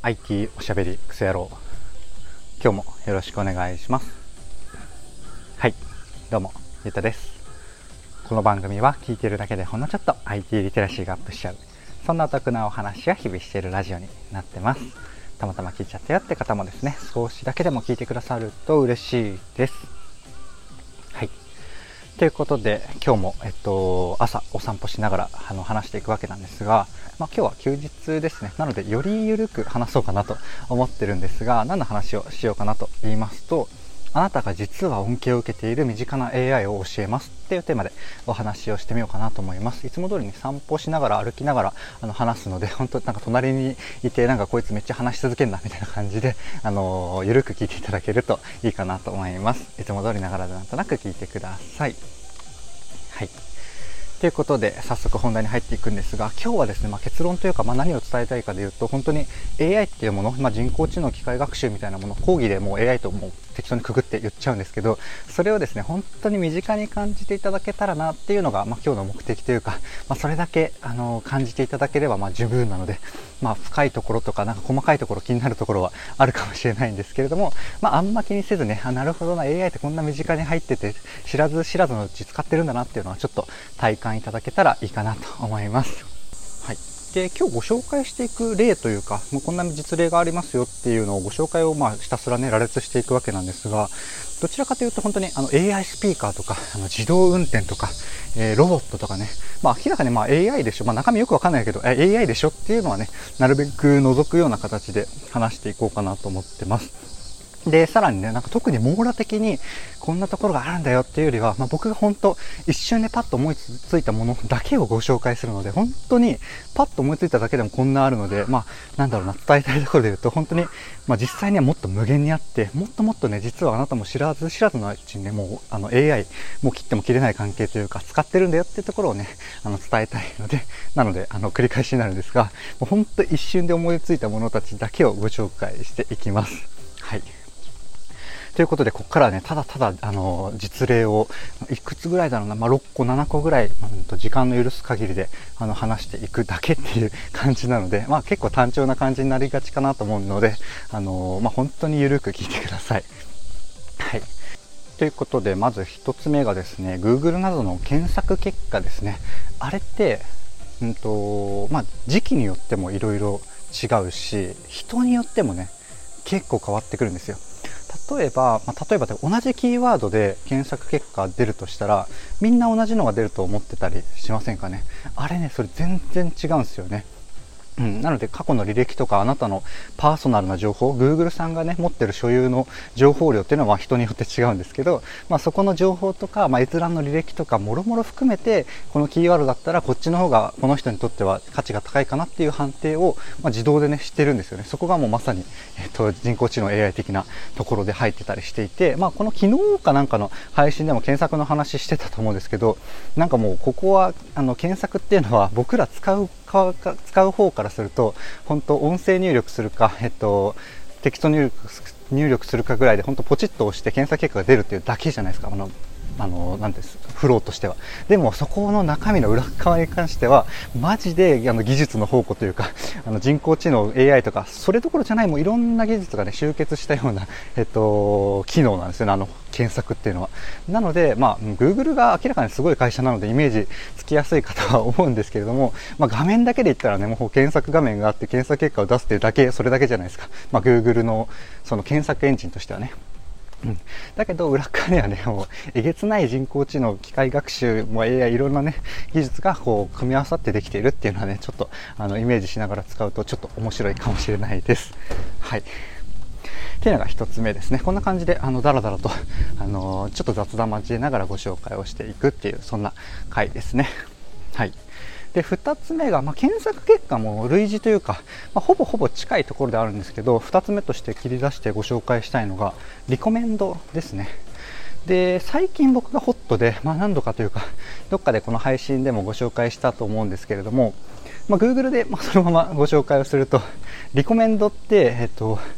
IT おしゃべりクソ野郎、今日もよろしくお願いします。はい、どうもゆうたです。この番組は聞いてるだけでほんのちょっと IT リテラシーがアップしちゃう、そんなお得なお話が日々しているラジオになってます。たまたま聞いちゃったよって方もですね、少しだけでも聞いてくださると嬉しいです。はい、ということで今日も、朝お散歩しながら話していくわけなんですが、今日は休日ですね。なのでよりゆるく話そうかなと思ってるんですが、何の話をしようかなと言いますと、あなたが実は恩恵を受けている身近な AI を教えますっていうテーマでお話をしてみようかなと思います。いつも通りに散歩しながら歩きながら話すので、本当なんか隣にいてこいつめっちゃ話し続けんなみたいな感じでゆるく聞いていただけるといいかなと思います。いつも通りながらでなんとなく聞いてください。はい、ということで早速本題に入っていくんですが、今日はですね、結論というか、何を伝えたいかでいうと、本当に AI っていうもの、人工知能機械学習みたいなもの、講義でもう AI ともう適当にくぐって言っちゃうんですけど、それをですね本当に身近に感じていただけたらなっていうのが、今日の目的というか、それだけ感じていただければ十分なので、深いところとか細かいところ気になるところはあるかもしれないんですけれども、あんま気にせずね、なるほどな、 AI ってこんな身近に入ってて知らず知らずのうち使ってるんだなっていうのはちょっと体感いただけたらいいかなと思います。はい、で今日ご紹介していく例というか、もうこんな実例がありますよっていうのをご紹介をひたすらね羅列していくわけなんですが、どちらかというと本当にAI スピーカーとか自動運転とか、ロボットとかね、明らかにAI でしょ、中身よくわかんないけど AI でしょっていうのはね、なるべく除くような形で話していこうかなと思ってます。でさらにね、特に網羅的にこんなところがあるんだよっていうよりは、僕が本当一瞬でパッと思いついたものだけをご紹介するので、本当にパッと思いついただけでもこんなあるので、伝えたいところで言うと、本当に、実際にはもっと無限にあって、もっとね、実はあなたも知らず知らずのうちにね、もうAI もう切っても切れない関係というか使ってるんだよっていうところをね伝えたいので、繰り返しになるんですが、もう本当一瞬で思いついたものたちだけをご紹介していきます。はい、ということで、ここからはね、ただただ実例をいくつぐらいだろうな、6個7個ぐらい、時間の許す限りで話していくだけっていう感じなので、結構単調な感じになりがちかなと思うので、本当にゆるく聞いてください。はい、ということで、まず一つ目がですね、 Google などの検索結果ですね。あれって、時期によってもいろいろ違うし、人によってもね結構変わってくるんですよ。例えば同じキーワードで検索結果が出るとしたら、みんな同じのが出ると思ってたりしませんかね。あれね、それ全然違うんですよね。なので過去の履歴とか、あなたのパーソナルな情報、 Google さんがね持ってる所有の情報量っていうのは人によって違うんですけど、そこの情報とか、閲覧の履歴とかもろもろ含めて、このキーワードだったらこっちの方がこの人にとっては価値が高いかなっていう判定を、自動でねしてるんですよね。そこがもうまさに、人工知能 AI 的なところで入ってたりしていて、この昨日かなんかの配信でも検索の話してたと思うんですけど、もうここは検索っていうのは僕ら使う方からすると、本当音声入力するか、テキスト入力するかぐらいで、本当ポチッと押して検索結果が出るっていうだけじゃないですか。なんですフローとしては。でもそこの中身の裏側に関してはマジで技術の宝庫というか、人工知能 AI とかそれどころじゃない、もういろんな技術がね集結したような、機能なんですよね、検索っていうのは。なので、Google が明らかにすごい会社なのでイメージつきやすいかとは思うんですけれども、画面だけで言ったらね、もう検索画面があって検索結果を出すっていうだけ、それだけじゃないですか。Google のその検索エンジンとしてはね。だけど裏側にはね、もうえげつない人工知能、機械学習、AI いろんなね技術がこう組み合わさってできているっていうのはね、ちょっとイメージしながら使うとちょっと面白いかもしれないです。はい。っていうのが一つ目ですね。こんな感じでだらだらとちょっと雑談交えながらご紹介をしていくっていう、そんな回ですね。はい。で2つ目が、検索結果も類似というか、ほぼ近いところであるんですけど、2つ目として切り出してご紹介したいのがリコメンドですね。で最近僕がホットで、何度かというかどっかでこの配信でもご紹介したと思うんですけれども、Google でそのままご紹介をすると、リコメンドって、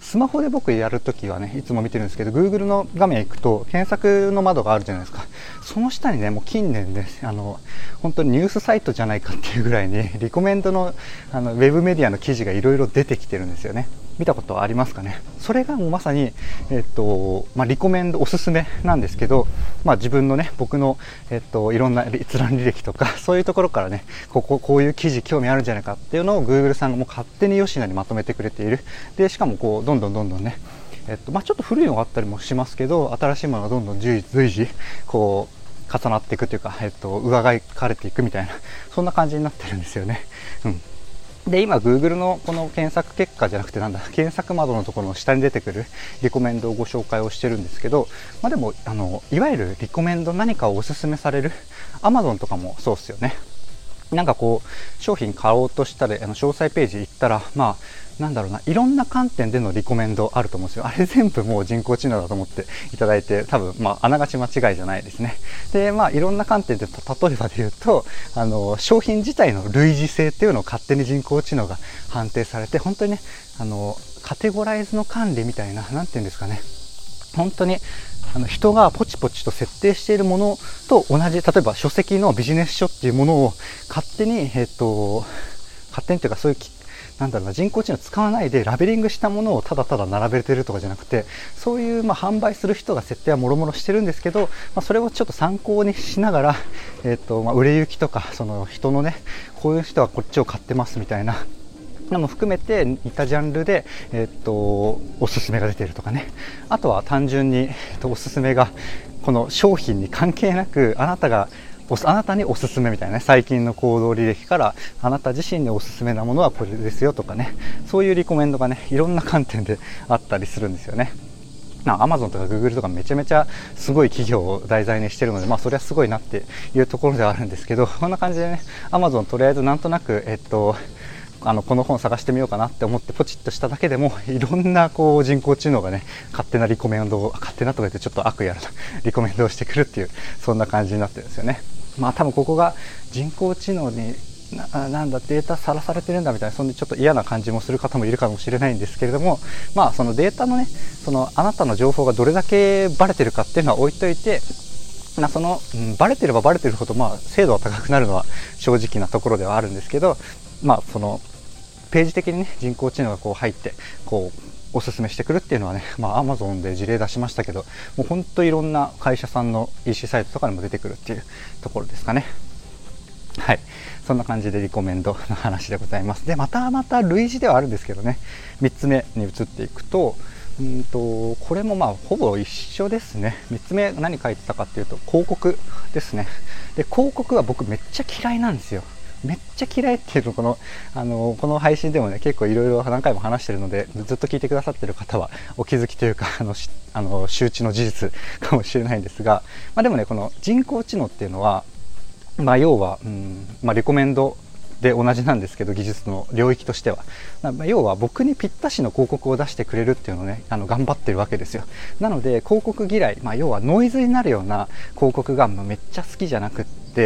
スマホで僕やるときはね、いつも見てるんですけど、Google の画面行くと検索の窓があるじゃないですか。その下にね、もう近年ね、本当にニュースサイトじゃないかっていうぐらいにリコメンドのウェブメディアの記事がいろいろ出てきてるんですよね。見たことありますかね。それがもうまさに、リコメンドおすすめなんですけど、自分のね、僕の、いろんな閲覧履歴とかそういうところからね、こういう記事興味あるんじゃないかっていうのを Google さんがもう勝手に吉野にまとめてくれている。でしかもこうどんどんね、ちょっと古いのがあったりもしますけど、新しいものがどんどん随時こう重なっていくというか、上書かれていくみたいな、そんな感じになってるんですよね。で今 Google のこの検索結果じゃなくて検索窓のところの下に出てくるリコメンドをご紹介をしてるんですけど、でもいわゆるリコメンド、何かをおすすめされる Amazon とかもそうですよね。なんかこう商品買おうとしたら詳細ページ行ったら、いろんな観点でのリコメンドあると思うんですよ。あれ全部もう人工知能だと思っていただいて、多分あながち間違いじゃないですね。でいろんな観点で例えばで言うと商品自体の類似性っていうのを勝手に人工知能が判定されて、本当にねカテゴライズの管理みたいな、なんていうんですかね、本当に人がポチポチと設定しているものと同じ、例えば書籍のビジネス書っていうものを勝手にというか、そういう人工知能を使わないでラベリングしたものをただただ並べてるとかじゃなくて、そういう販売する人が設定はもろもろしてるんですけど、それをちょっと参考にしながら、売れ行きとかその人のね、こういう人はこっちを買ってますみたいなも含めて似たジャンルで、おすすめが出ているとかね。あとは単純に、おすすめがこの商品に関係なくあなたにおすすめみたいなね、最近の行動履歴からあなた自身におすすめなものはこれですよとかね、そういうリコメンドがね、いろんな観点であったりするんですよね。Amazon とか Google とかめちゃめちゃすごい企業を題材にしてるので、それはすごいなっていうところではあるんですけど、こんな感じでね、Amazon とりあえずなんとなくこの本探してみようかなって思ってポチッとしただけでも、いろんなこう人工知能がね、勝手なリコメンドを、勝手なとか言ってちょっと悪意あるなリコメンドをしてくるっていう、そんな感じになってるんですよね。多分ここが人工知能にデータさらされてるんだみたいな、そんなちょっと嫌な感じもする方もいるかもしれないんですけれども、そのデータのね、あなたの情報がどれだけバレてるかっていうのは置いといて、バレてればバレてるほど精度は高くなるのは正直なところではあるんですけど、そのページ的にね、人工知能がこう入ってこうおすすめしてくるっていうのはね、Amazon で事例出しましたけど、もう本当いろんな会社さんの EC サイトとかにも出てくるっていうところですかね。はい、そんな感じでリコメンドの話でございます。でまた類似ではあるんですけどね、3つ目に移っていくと、これもほぼ一緒ですね。3つ目何書いてたかっていうと、広告ですね。で広告は僕めっちゃ嫌いなんですよ。めっちゃ嫌いっていうのこの配信でもね、結構いろいろ何回も話してるので、ずっと聞いてくださってる方はお気づきというか周知の事実かもしれないんですが、でもね、この人工知能っていうのは要は、リコメンドで同じなんですけど、技術の領域としては、要は僕にぴったしの広告を出してくれるっていうのをね、頑張ってるわけですよ。なので広告嫌い、要はノイズになるような広告がめっちゃ好きじゃなくって、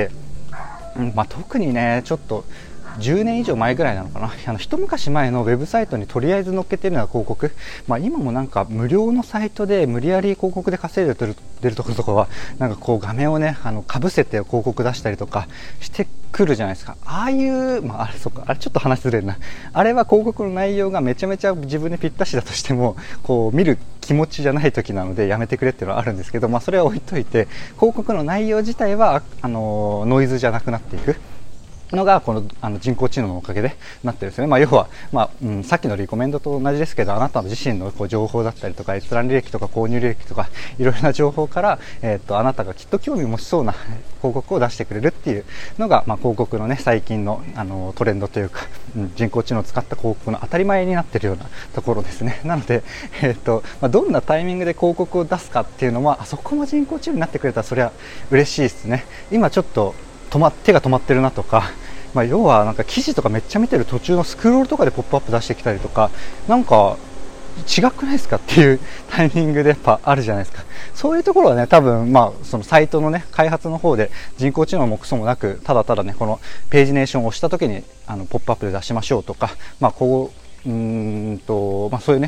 特にね、ちょっと10年以上前ぐらいなのかな、一昔前のウェブサイトにとりあえず載っけてるような広告、今も無料のサイトで無理やり広告で稼いでるところとかは、こう画面をねかぶせて広告出したりとかしてくるじゃないですか。ああいう、あれちょっと話ずれるな。あれは広告の内容がめちゃめちゃ自分にぴったしだとしても、こう見る気持ちじゃない時なのでやめてくれっていうのはあるんですけど、それは置いといて、広告の内容自体はノイズじゃなくなっていくのがこの人工知能のおかげでなってるんですよね。要は、さっきのリコメンドと同じですけど、あなた自身の情報だったりとか、閲覧履歴とか購入履歴とかいろいろな情報から、あなたがきっと興味持ちそうな広告を出してくれるっていうのが、広告のね、最近のトレンドというか、人工知能を使った広告の当たり前になっているようなところですね。なので、どんなタイミングで広告を出すかっていうのは、そこも人工知能になってくれたらそれは嬉しいですね。今ちょっと手が止まってるなとか、要は記事とかめっちゃ見てる途中のスクロールとかでポップアップ出してきたりとか、違くないですかっていうタイミングでやっぱあるじゃないですか。そういうところはね、多分そのサイトのね、開発の方で人工知能もクソもなく、ただただね、このページネーションを押した時にポップアップで出しましょうとか、そういうね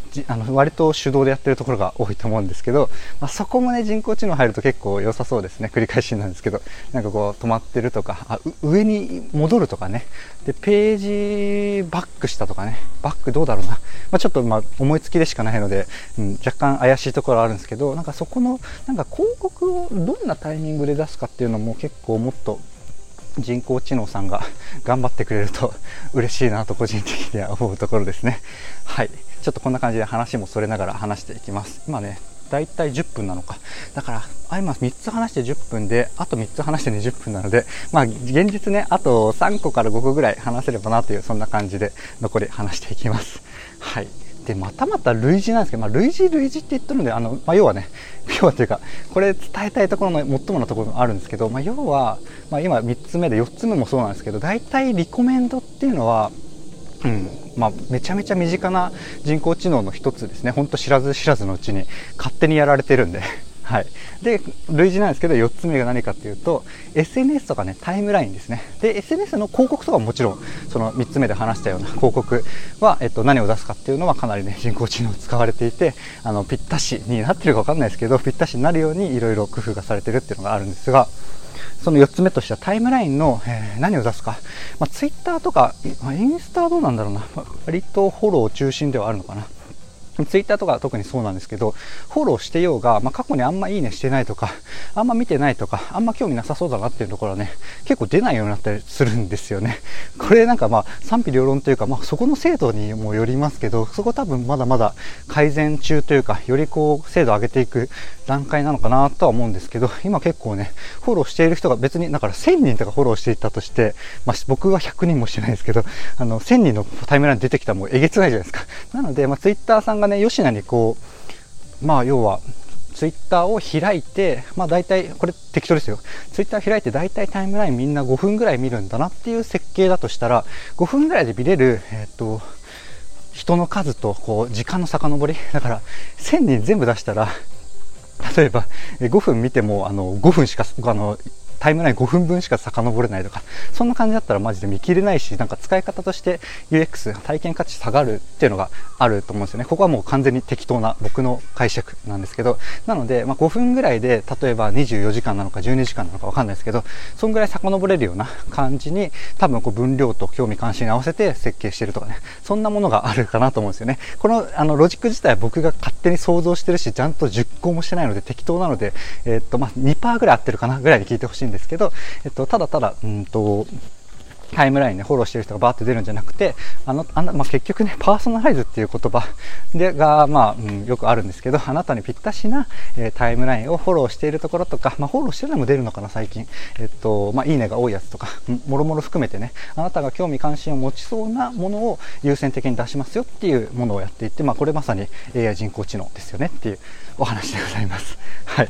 割と手動でやってるところが多いと思うんですけど、そこもね人工知能入ると結構良さそうですね。繰り返しなんですけど、なんかこう止まってるとか、上に戻るとかね、でページバックしたとかね、バックどうだろうな、ちょっと思いつきでしかないので、若干怪しいところあるんですけど、なんかそこのなんか広告をどんなタイミングで出すかっていうのも結構もっと人工知能さんが頑張ってくれると嬉しいなと個人的には思うところですね。はい、ちょっとこんな感じで話もそれながら話していきます。今ねだいたい10分なのか、だから今3つ話して10分で、あと3つ話して20分なので、現実ねあと3個から5個ぐらい話せればなという、そんな感じで残り話していきます。はい、でまた類似なんですけど、類似って言ってるので、要はというか、これ伝えたいところの最もなところがあるんですけど、要は、今3つ目で4つ目もそうなんですけど、大体リコメンドっていうのは、めちゃめちゃ身近な人工知能の一つですね。ほんと知らず知らずのうちに勝手にやられてるんではい、で類似なんですけど、4つ目が何かっていうと SNS とかね、タイムラインですね。で SNS の広告とかももちろんその3つ目で話したような広告は、何を出すかっていうのはかなりね人工知能使われていて、ぴったしになってるか分かんないですけど、ぴったしになるようにいろいろ工夫がされてるっていうのがあるんですが、その4つ目としてはタイムラインの、何を出すか、ツイッターとかインスタはどうなんだろうな、割とフォロー中心ではあるのかな。ツイッターとか特にそうなんですけど、フォローしてようが、過去にあんまいいねしてないとか、あんま見てないとか、あんま興味なさそうだなっていうところはね、結構出ないようになったりするんですよね。これなんか賛否両論というか、そこの精度にもよりますけど、そこ多分まだまだ改善中というか、よりこう精度を上げていく段階なのかなとは思うんですけど、今結構ね、フォローしている人が別に、だから1000人とかフォローしていたとして、僕は100人もしてないですけど、1000人のタイムライン出てきたらもうえげつないじゃないですか。なので、ツイッターさんがね、吉野にこう、要はツイッターを開いて、大体これ適当ですよ。ツイッター開いて大体タイムラインみんな5分ぐらい見るんだなっていう設計だとしたら、5分ぐらいで見れる人の数とこう時間の遡りだから、1000人全部出したら、例えば5分見ても5分しかタイムライン5分分しか遡れないとか、そんな感じだったらマジで見切れないし、なんか使い方として UX 体験価値下がるっていうのがあると思うんですよね。ここはもう完全に適当な僕の解釈なんですけど、なので5分ぐらいで、例えば24時間なのか12時間なのか分かんないですけど、そんぐらい遡れるような感じに多分分量と興味関心に合わせて設計してるとかね、そんなものがあるかなと思うんですよね。このロジック自体は僕が勝手に想像してるし、ちゃんと実行もしてないので適当なので、2% ぐらい合ってるかなぐらいで聞いてほしいんですけど、ただタイムラインでフォローしてる人がバーって出るんじゃなくて、結局ね、パーソナライズっていう言葉がよくあるんですけど、あなたにぴったしな、タイムラインをフォローしているところとか、フォローしてるのも出るのかな最近、いいねが多いやつとかもろもろ含めてね、あなたが興味関心を持ちそうなものを優先的に出しますよっていうものをやっていて、これまさに AI 人工知能ですよねっていうお話でございます。はい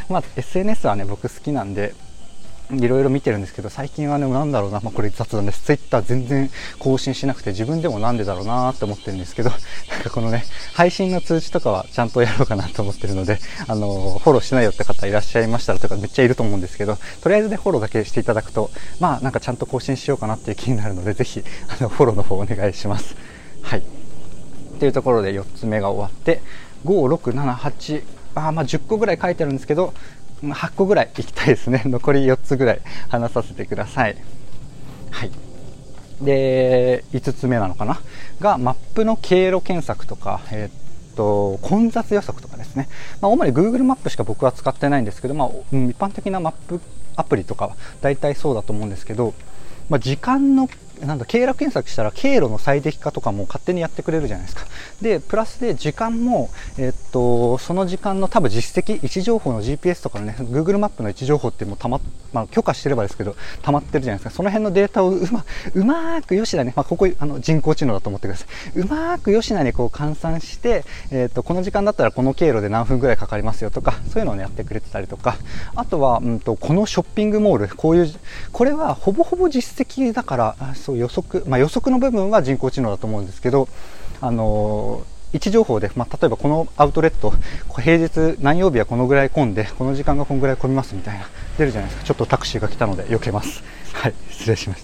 、SNS はね僕好きなんでいろいろ見てるんですけど、最近はね、なんだろうな、これ雑談です。ツイッター全然更新しなくて、自分でもなんでだろうなって思ってるんですけど、なんかこのね、配信の通知とかはちゃんとやろうかなと思ってるので、フォローしてないよって方いらっしゃいましたらというか、めっちゃいると思うんですけど、とりあえずね、フォローだけしていただくと、なんかちゃんと更新しようかなっていう気になるので、ぜひ、フォローの方お願いします。はい。っていうところで4つ目が終わって、5、6、7、8、10個ぐらい書いてあるんですけど、8個ぐらいいきたいですね。残り4つぐらい話させてください。はい。で、5つ目なのかなが、マップの経路検索とか、混雑予測とかですね。主に Google マップしか僕は使ってないんですけど、一般的なマップアプリとかは大体そうだと思うんですけど、時間の経路検索したら経路の最適化とかも勝手にやってくれるじゃないですか。でプラスで時間も、その時間の多分実績位置情報の GPS とかのね Google マップの位置情報ってもう許可してればですけど溜まってるじゃないですか。その辺のデータをうまく吉田ね、ここ人工知能だと思ってください。うまく吉田にこう換算して、この時間だったらこの経路で何分ぐらいかかりますよとか、そういうのをねやってくれてたりとか、あとは、このショッピングモールこれはほぼほぼ実績だから、そう予測の部分は人工知能だと思うんですけど、位置情報で、例えばこのアウトレット平日何曜日はこのぐらい混んでこの時間がこのぐらい混みますみたいな出るじゃないですか。ちょっとタクシーが来たので避けます。はい、失礼しました。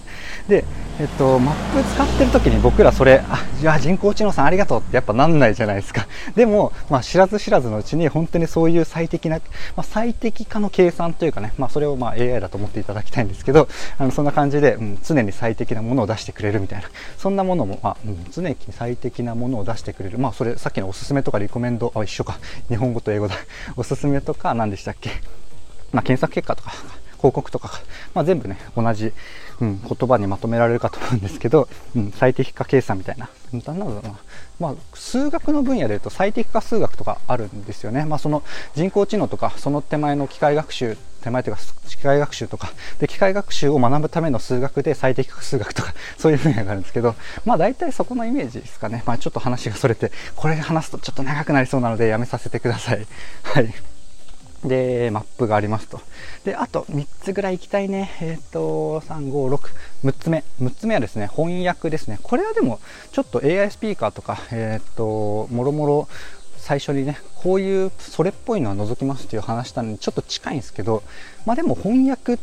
で、マップ使ってる時に僕らそれ、じゃあ人工知能さんありがとうってやっぱなんないじゃないですか。でも、知らず知らずのうちに本当にそういう最適な、最適化の計算というかね、それをAI だと思っていただきたいんですけど、そんな感じで、常に最適なものを出してくれるみたいな、そんなものも、常に最適なものを出してくれる。それさっきのおすすめとかリコメンド、一緒か。日本語と英語だ。おすすめとか何でしたっけ。検索結果とか、広告とか全部ね、同じ、言葉にまとめられるかと思うんですけど、最適化計算みたいな。なんだろうな。数学の分野で言うと最適化数学とかあるんですよね。その人工知能とか、その手前の機械学習、手前というか機械学習とかで、機械学習を学ぶための数学で最適化数学とか、そういう分野があるんですけど、大体そこのイメージですかね。ちょっと話がそれて、これ話すとちょっと長くなりそうなのでやめさせてください。はい。で、マップがありますと。で、あと3つぐらい行きたいね。3、5、6、6つ目。6つ目はですね、翻訳ですね。これはでも、ちょっと AI スピーカーとか、もろもろ、最初にね、こういうそれっぽいのは除きますっていう話したのにちょっと近いんですけど、でも翻訳って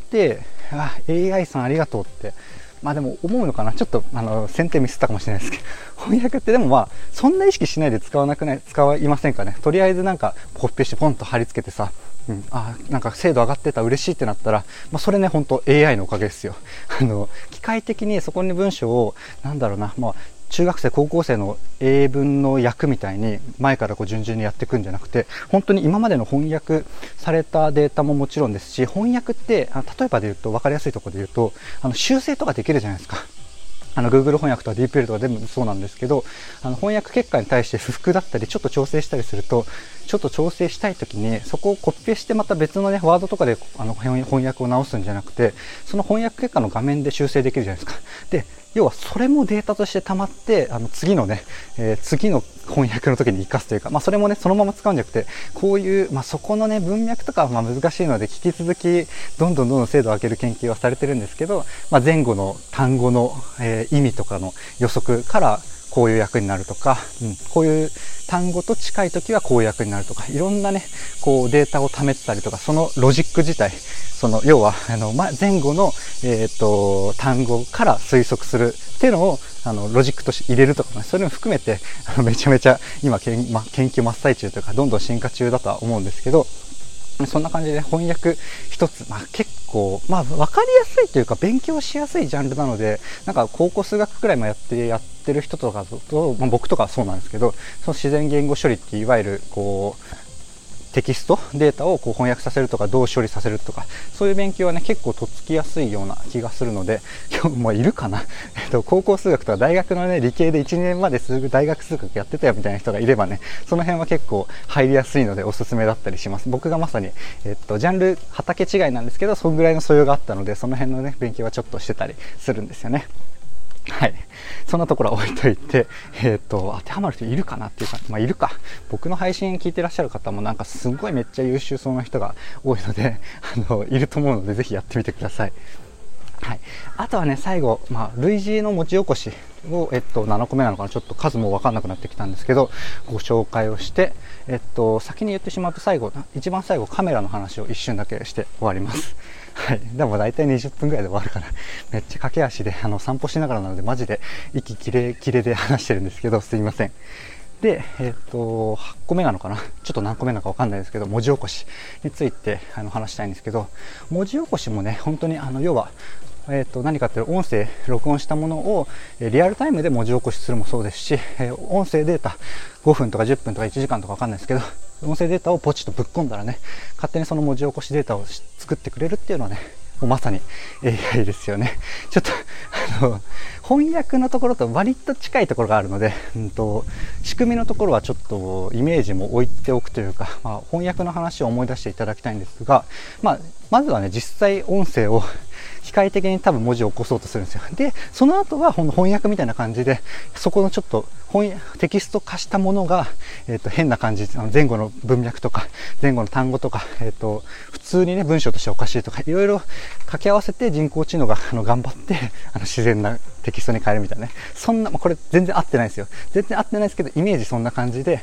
、AI さんありがとうって、でも思うのかな、ちょっと選定ミスったかもしれないですけど、翻訳ってでもそんな意識しないで使いませんかね。とりあえずなんかコピペしてポンと貼り付けてさ、なんか精度上がってた嬉しいってなったら、それね、本当 AI のおかげですよ。機械的にそこに文章を、なんだろうな、中学生高校生の英文の訳みたいに前から順々にやっていくんじゃなくて、本当に今までの翻訳されたデータももちろんですし、翻訳って例えばで言うと分かりやすいところで言うと、修正とかできるじゃないですか。Google 翻訳とか DeepL とか全部そうなんですけど、翻訳結果に対して不服だったりちょっと調整したりすると、ちょっと調整したいときにそこをコピペしてまた別のねワードとかで翻訳を直すんじゃなくて、その翻訳結果の画面で修正できるじゃないですか。で、要はそれもデータとして溜まって、次のね、次の翻訳の時に活かすというか、それもねそのまま使うんじゃなくて、こういう、そこのね文脈とかは難しいので引き続きどんどん精度を上げる研究はされてるんですけど、前後の単語の、意味とかの予測からこういう役になるとか、こういう単語と近い時はこういう役になるとか、いろんなねこうデータを貯めてたりとか、そのロジック自体、その要は前後の、単語から推測するっていうのをロジックとして入れるとかね、それも含めてめちゃめちゃ今研究真っ最中というか、どんどん進化中だとは思うんですけど、そんな感じで翻訳一つ、結構分かりやすいというか勉強しやすいジャンルなので、なんか高校数学くらいもやってる人とかと、僕とかそうなんですけど、その自然言語処理っていわゆるこうテキストデータを翻訳させるとか、どう処理させるとか、そういう勉強はね結構とっつきやすいような気がするので、今日もいるかな高校数学とか大学のね理系で1年まですぐ大学数学やってたよみたいな人がいればね、その辺は結構入りやすいのでおすすめだったりします。僕がまさに、ジャンル畑違いなんですけど、そんぐらいの素養があったので、その辺のね勉強はちょっとしてたりするんですよね。はい、そんなところは置いといて、当てはまる人いるかなっていうか、いるか。僕の配信聞いてらっしゃる方もなんかすごいめっちゃ優秀そうな人が多いので、いると思うのでぜひやってみてください。はい、あとはね最後、類似の文字起こしを、7個目なのかな、ちょっと数も分かんなくなってきたんですけど、ご紹介をして、先に言ってしまうと一番最後カメラの話を一瞬だけして終わります。はい、でも大体20分ぐらいで終わるかな。めっちゃ駆け足で散歩しながらなのでマジで息切れ切れで話してるんですけど、すいません。で、8個目なのかな、ちょっと何個目なのか分かんないですけど、文字起こしについて話したいんですけど、文字起こしもね本当に要は何かっていう音声録音したものをリアルタイムで文字起こしするもそうですし、音声データ5分とか10分とか1時間とか分かんないですけど、音声データをポチッとぶっ込んだらね、勝手にその文字起こしデータを作ってくれるっていうのはね、もうまさに AI ですよね。ちょっと翻訳のところと割と近いところがあるので、仕組みのところはちょっとイメージも置いておくというか、翻訳の話を思い出していただきたいんですが、まずはね実際音声を機械的に多分文字を起こそうとするんですよ。でその後は翻訳みたいな感じで、そこのちょっとテキスト化したものが、変な感じ、前後の文脈とか前後の単語とか、普通にね文章としておかしいとかいろいろ掛け合わせて人工知能が頑張って自然なテキストに変えるみたいなね、そんな、これ全然合ってないですよ。全然合ってないですけど、イメージそんな感じで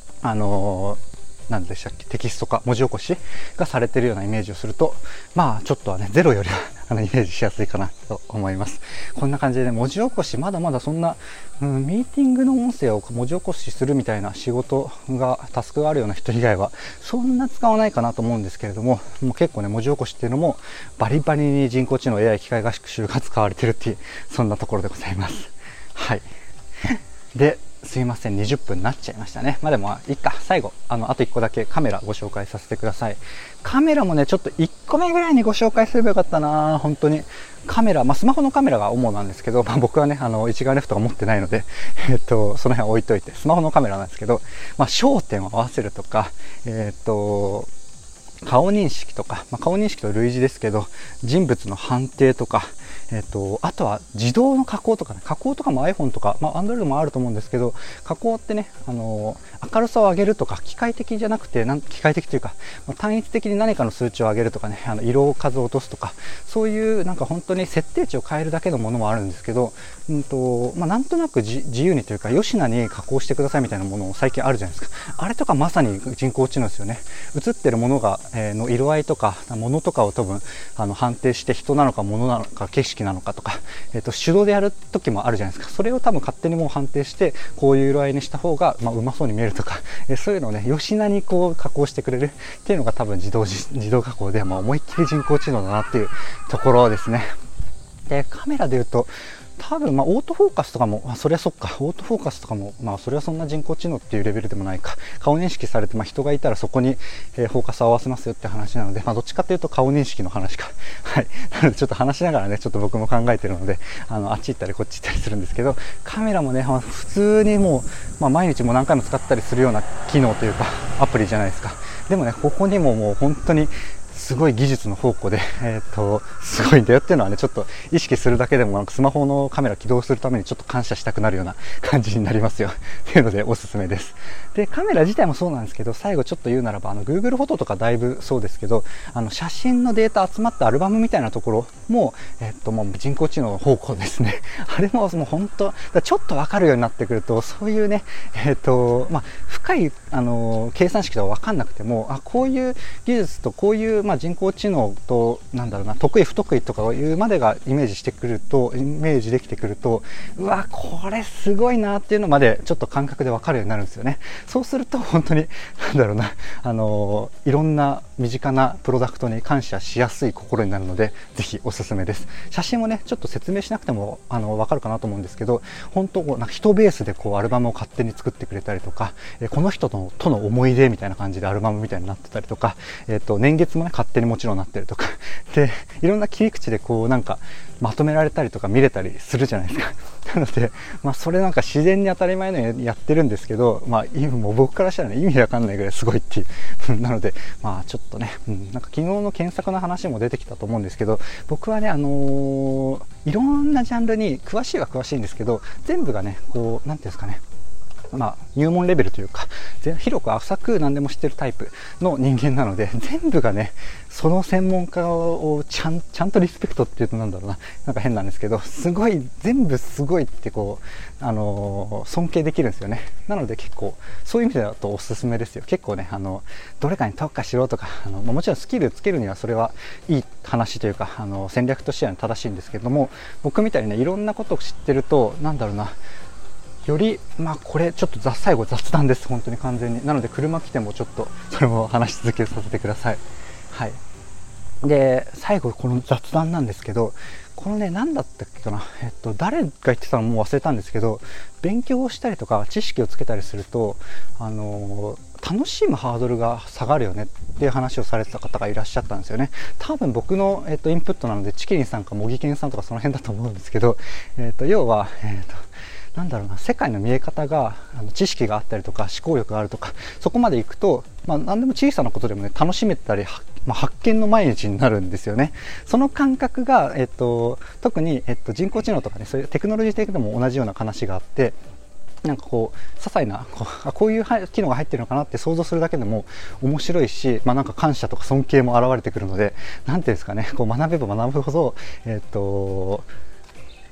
何でしたっけ、テキスト化文字起こしがされているようなイメージをすると、ちょっとはねゼロよりはイメージしやすいかなと思います。こんな感じでね、文字起こしまだまだそんな、ミーティングの音声を文字起こしするみたいな仕事がタスクがあるような人以外はそんな使わないかなと思うんですけれども、もう結構ね、文字起こしっていうのもバリバリに人工知能 AI 機械学習が使われてるっていう、そんなところでございます。はい。ですいません、20分になっちゃいましたね。でもいいか、最後あと1個だけカメラご紹介させてください。カメラもね、ちょっと1個目ぐらいにご紹介すればよかったな。本当にカメラ、スマホのカメラが主なんですけど、僕はね一眼レフとか持ってないのでその辺置いといて、スマホのカメラなんですけど、焦点を合わせるとか、顔認識とか、顔認識と類似ですけど、人物の判定とか、あとは自動の加工とかね、加工とかも iPhone とか、Android もあると思うんですけど、加工ってね、明るさを上げるとか、機械的じゃなくて、機械的というか、単一的に何かの数値を上げるとかね、色数を落とすとか、そういう本当に設定値を変えるだけのものもあるんですけど、なんとなく自由にというか、吉名に加工してくださいみたいなものを最近あるじゃないですか。あれとかまさに人工知能ですよね。映ってるものが、の色合いとか、物とかを多分、判定して、人なのか物なのか景色なのかとか、手動でやる時もあるじゃないですか。それを多分勝手にもう判定して、こういう色合いにした方が、うまそうに見えるとか、そういうのをね、吉名にこう加工してくれるっていうのが多分自動加工で、思いっきり人工知能だなっていうところですね。で、カメラでいうと、多分オートフォーカスとかも、そりゃそっか、オートフォーカスとかも、それはそんな人工知能っていうレベルでもないか。顔認識されて、人がいたらそこに、フォーカスを合わせますよって話なので、どっちかというと顔認識の話か。はい。なのでちょっと話しながらね、ちょっと僕も考えてるので、あっち行ったりこっち行ったりするんですけど、カメラもね、普通にもう、毎日も何回も使ったりするような機能というか、アプリじゃないですか。でもね、ここにももう本当に、すごい技術の宝庫で、すごいんだよっていうのはね、ちょっと意識するだけでもスマホのカメラ起動するためにちょっと感謝したくなるような感じになりますよっていうのでおすすめです。で、カメラ自体もそうなんですけど、最後ちょっと言うならばGoogle フォトとかだいぶそうですけど、写真のデータ集まったアルバムみたいなところも、もう人工知能の宝庫ですね。あれももう本当ちょっと分かるようになってくると、そういうね、深い計算式とか分かんなくても、こういう技術とこういう、人工知能と得意不得意とかいうまでがイメージできてくると、うわこれすごいなっていうのまでちょっと感覚で分かるようになるんですよね。そうすると本当にいろんな身近なプロダクトに感謝しやすい心になるので、ぜひおすすめです。写真もね、ちょっと説明しなくても分かるかなと思うんですけど、本当人ベースでこうアルバムを勝手に作ってくれたりとか、この人との思い出みたいな感じでアルバムみたいになってたりとか、年月もね勝手にもちろんなってるとかで、いろんな切り口でこうまとめられたりとか見れたりするじゃないですか。なので、それ自然に当たり前のようにやってるんですけど、もう僕からしたらね、意味わかんないぐらいすごいっていうなので、ちょっとね、昨日の検索の話も出てきたと思うんですけど、僕はね、いろんなジャンルに詳しいは詳しいんですけど、全部がね、こうなんていうんですかね、入門レベルというか、広く浅く何でも知ってるタイプの人間なので、全部がね、その専門家をちゃんとリスペクトっていうと変なんですけど、すごい、全部すごいってこう、尊敬できるんですよね。なので結構、そういう意味だとおすすめですよ。結構ね、どれかに特化しろとか、もちろんスキルつけるにはそれはいい話というか、戦略としては正しいんですけども、僕みたいにね、いろんなことを知ってると、より、これちょっと最後雑談です。本当に完全に。なので車来てもちょっとそれも話し続けさせてください。はい。で、最後この雑談なんですけど、このね、何だったっけかな。誰が言ってたのもう忘れたんですけど、勉強をしたりとか知識をつけたりすると、楽しむハードルが下がるよねっていう話をされてた方がいらっしゃったんですよね。多分僕の、インプットなので、チキリンさんか茂木健さんとかその辺だと思うんですけど、要は、世界の見え方が、知識があったりとか思考力があるとか、そこまでいくと、何でも小さなことでもね、楽しめたり、発見の毎日になるんですよね。その感覚が、特に、人工知能とかね、そういうテクノロジー的でも同じような話があって、些細なこういう機能が入ってるのかなって想像するだけでも面白いし、感謝とか尊敬も現れてくるので、なんていうんですかね、学べば学ぶほど、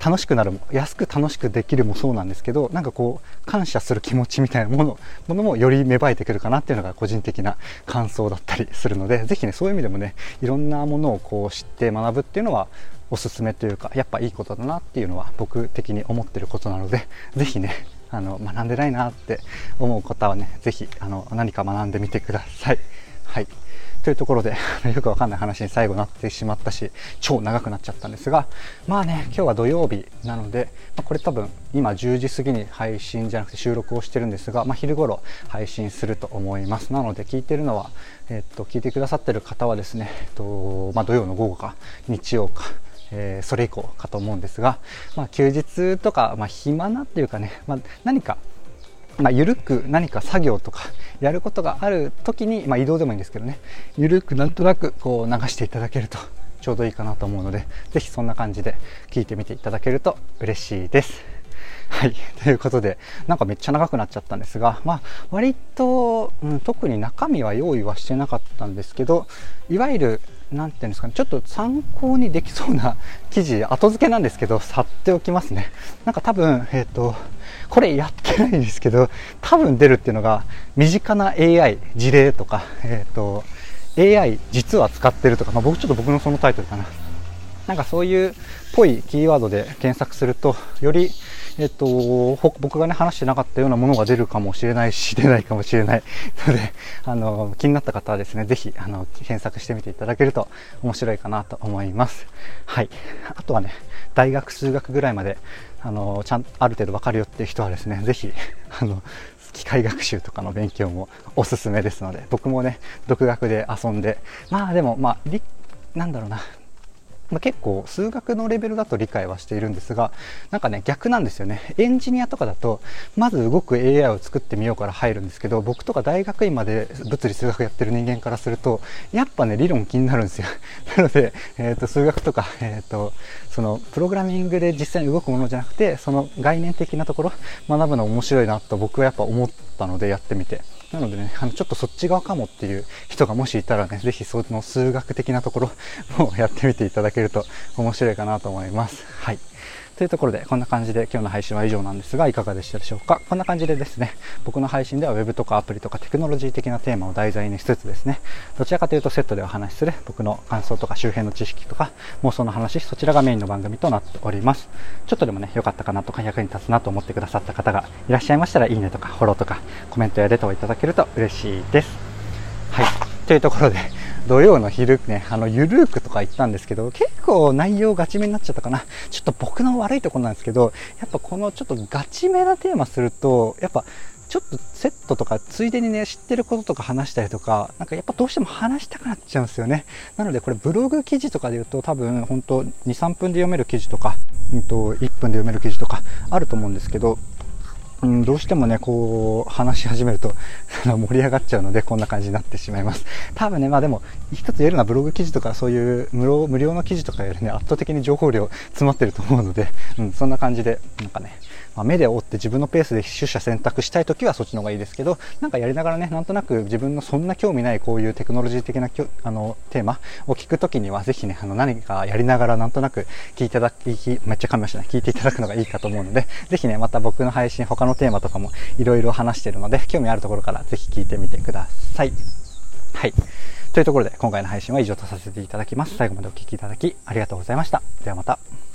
楽しくなるも、安く楽しくできるもそうなんですけど、なんかこう感謝する気持ちみたいなものもより芽生えてくるかなっていうのが個人的な感想だったりするので、ぜひねそういう意味でもねいろんなものをこう知って学ぶっていうのはおすすめというか、やっぱいいことだなっていうのは僕的に思ってることなので、ぜひね学んでないなって思う方はね、ぜひ何か学んでみてください。はい、というところでよくわかんない話に最後なってしまったし、超長くなっちゃったんですが、まあね今日は土曜日なので、これ多分今10時過ぎに配信じゃなくて収録をしてるんですが、昼頃配信すると思います。なので聞いてるのは、聞いてくださってる方はですね、土曜の午後か日曜か、それ以降かと思うんですが、休日とか、暇なっていうかね、何かゆるく何か作業とかやることがある時に、移動でもいいんですけどね、ゆるくなんとなくこう流していただけるとちょうどいいかなと思うので、ぜひそんな感じで聞いてみていただけると嬉しいです。はい、ということでなんかめっちゃ長くなっちゃったんですが、割と、特に中身は用意はしてなかったんですけど、いわゆるなんていうんですかね、ちょっと参考にできそうな記事、後付けなんですけど貼っておきますね。なんか多分これやってないんですけど、多分出るっていうのが身近な AI 事例とか、AI 実は使ってるとか、僕のそのタイトルかな、なんかそういうぽいキーワードで検索するとより僕がね話してなかったようなものが出るかもしれないし、出ないかもしれないので、気になった方はですね、ぜひ検索してみていただけると面白いかなと思います。はい。あとはね、大学数学ぐらいまでちゃんとある程度わかるよっていう人はですね、ぜひ機械学習とかの勉強もおすすめですので、僕もね独学で遊んで、でもなんだろうな、結構数学のレベルだと理解はしているんですが、なんかね逆なんですよね。エンジニアとかだとまず動く AI を作ってみようから入るんですけど、僕とか大学院まで物理数学やってる人間からするとやっぱね理論気になるんですよ。なので、数学とか、そのプログラミングで実際に動くものじゃなくて、その概念的なところ学ぶの面白いなと僕はやっぱ思ったのでやってみて、なのでね、ちょっとそっち側かもっていう人がもしいたらね、ぜひその数学的なところもやってみていただけると面白いかなと思います。はい。というところで、こんな感じで今日の配信は以上なんですが、いかがでしたでしょうか。こんな感じでですね、僕の配信では Web とかアプリとかテクノロジー的なテーマを題材にしつつですね、どちらかというとセットでお話しする僕の感想とか周辺の知識とか妄想の話、そちらがメインの番組となっております。ちょっとでもね、良かったかなとか役に立つなと思ってくださった方がいらっしゃいましたら、いいねとかフォローとかコメントやレターをいただけると嬉しいです。はい。というところで、土曜の昼ね、ゆるーくとか言ったんですけど、結構内容ガチめになっちゃったかな。ちょっと僕の悪いところなんですけど、やっぱこのちょっとガチめなテーマすると、やっぱちょっとセットとかついでにね、知ってることとか話したりとか、なんかやっぱどうしても話したくなっちゃうんですよね。なのでこれブログ記事とかで言うと多分本当2、3分で読める記事とか、1分で読める記事とかあると思うんですけど、どうしてもねこう話し始めると盛り上がっちゃうので、こんな感じになってしまいます。多分ね、でも一つ言えるのはブログ記事とかそういう無料の記事とかよりね、圧倒的に情報量詰まってると思うので、そんな感じでなんかね、目で追って自分のペースで取捨選択したいときはそっちの方がいいですけど、なんかやりながらね、なんとなく自分のそんな興味ないこういうテクノロジー的なテーマを聞くときには、ぜひね何かやりながらなんとなくめっちゃ噛みましたね、聞いていただくのがいいかと思うので、ぜひねまた僕の配信他のテーマとかもいろいろ話しているので、興味あるところからぜひ聞いてみてください。はい。というところで今回の配信は以上とさせていただきます。最後までお聞きいただきありがとうございました。ではまた。